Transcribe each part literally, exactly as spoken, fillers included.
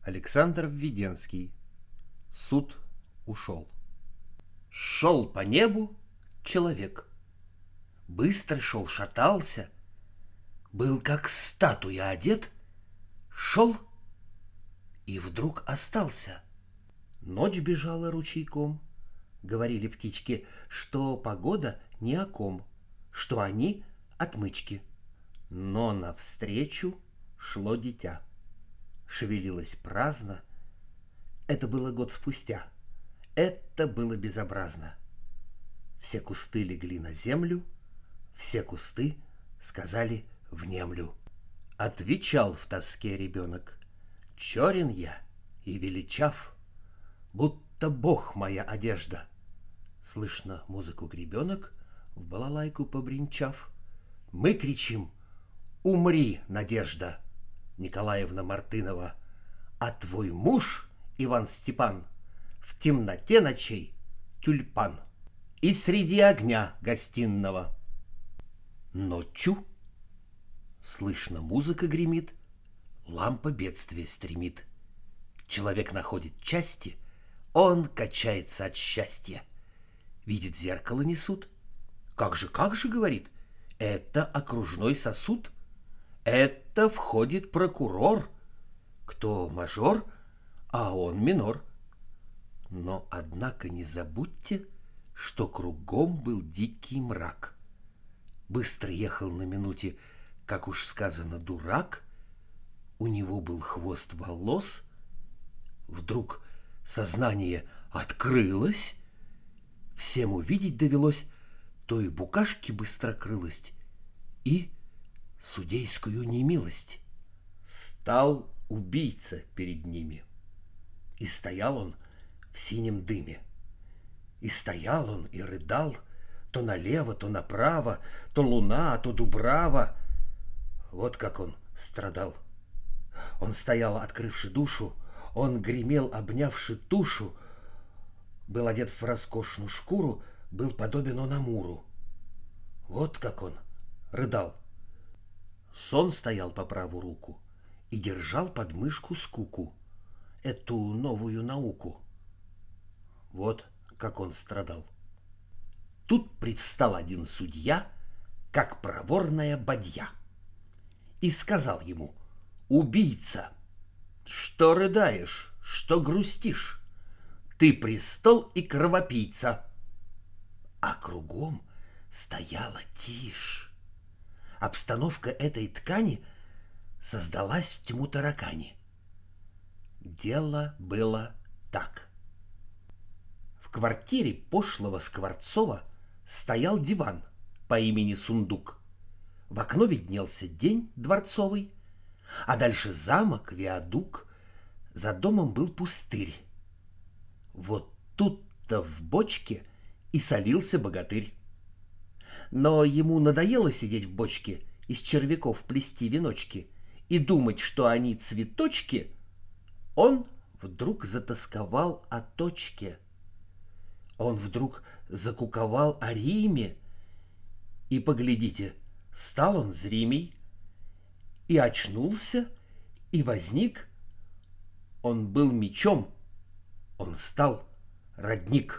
Александр Введенский. Суд ушел. Шел по небу человек. Быстро шел, шатался. Был как статуя одет. Шел и вдруг остался. Ночь бежала ручейком. Говорили птички, что погода ни о ком, что они отмычки. Но навстречу шло дитя. Шевелилось праздно. Это было год спустя. Это было безобразно. Все кусты легли на землю, все кусты сказали внемлю. Отвечал в тоске ребенок: черен я и величав, будто бог моя одежда. Слышно музыку гребенок, в балалайку побринчав. Мы кричим: умри, Надежда Николаевна Мартынова, а твой муж, Иван Степан, в темноте ночей тюльпан и среди огня гостиного. Ночью слышно музыка гремит, лампа бедствия стремит. Человек находит части, он качается от счастья. Видит, зеркало несут. Как же, как же, говорит, это окружной сосуд. Это входит прокурор. Кто мажор, а он минор. Но, однако, не забудьте, что кругом был дикий мрак. Быстро ехал на минуте, как уж сказано, дурак. У него был хвост волос. Вдруг сознание открылось. Всем увидеть довелось той букашки быстрокрылость и судейскую немилость. Стал убийца перед ними. И стоял он в синем дыме. И стоял он и рыдал, то налево, то направо, то луна, то дубрава. Вот как он страдал. Он стоял, открывши душу, он гремел, обнявши тушу, был одет в роскошную шкуру, был подобен он Амуру. Вот как он рыдал. Сон стоял по правую руку и держал под мышку скуку, эту новую науку. Вот как он страдал. Тут привстал один судья, как проворная бадья, и сказал ему: убийца, что рыдаешь, что грустишь? Ты престол и кровопийца. А кругом стояла тишь. Обстановка этой ткани создалась в тьму таракани. Дело было так. В квартире пошлого Скворцова стоял диван по имени Сундук. В окно виднелся день дворцовый, а дальше замок, виадук. За домом был пустырь. Вот тут-то в бочке и солился богатырь. Но ему надоело сидеть в бочке, из червяков плести веночки и думать, что они цветочки. Он вдруг затосковал о точке. Он вдруг закуковал о Риме. И, поглядите, стал он зримей, и очнулся, и возник. Он был мечом, он стал родник.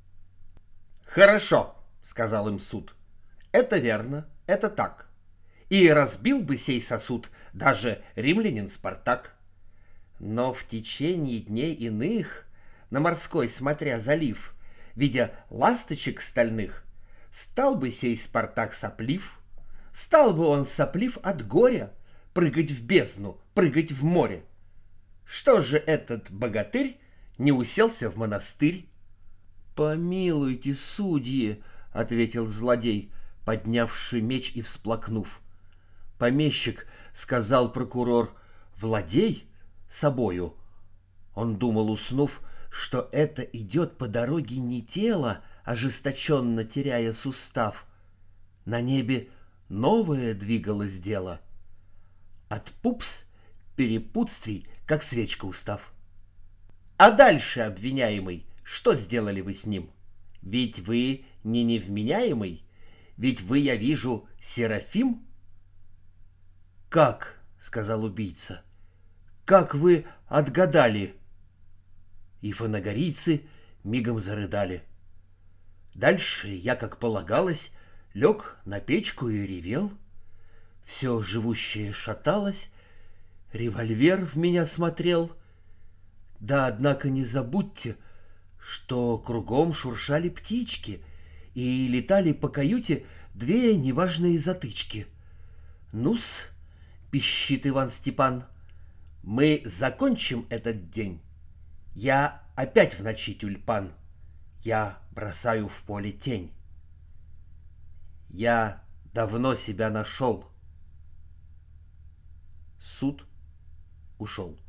«Хорошо», — сказал им суд, — «это верно, это так. И разбил бы сей сосуд даже римлянин Спартак. Но в течение дней иных, на морской смотря залив, видя ласточек стальных, стал бы сей Спартак соплив, стал бы он соплив от горя, прыгать в бездну, прыгать в море. Что же этот богатырь не уселся в монастырь?» «Помилуйте, судьи», — ответил злодей, поднявший меч и всплакнув. «Помещик, — сказал прокурор, — владей собою». Он думал, уснув, что это идет по дороге не тело, ожесточенно теряя сустав. На небе новое двигалось дело. От пупс перепутствий, как свечка устав. А дальше, обвиняемый, что сделали вы с ним? Ведь вы не невменяемый, ведь вы, я вижу, Серафим. «Как?» — сказал убийца. как вы отгадали?» И фанагорийцы мигом зарыдали. Дальше я, как полагалось, лег на печку и ревел. Все живущее шаталось, револьвер в меня смотрел. Да, однако, не забудьте, что кругом шуршали птички и летали по каюте две неважные затычки. «Ну-с, — пищит Иван Степан, — мы закончим этот день. Я опять в ночи тюльпан, я бросаю в поле тень. Я давно себя нашел». Суд ушел.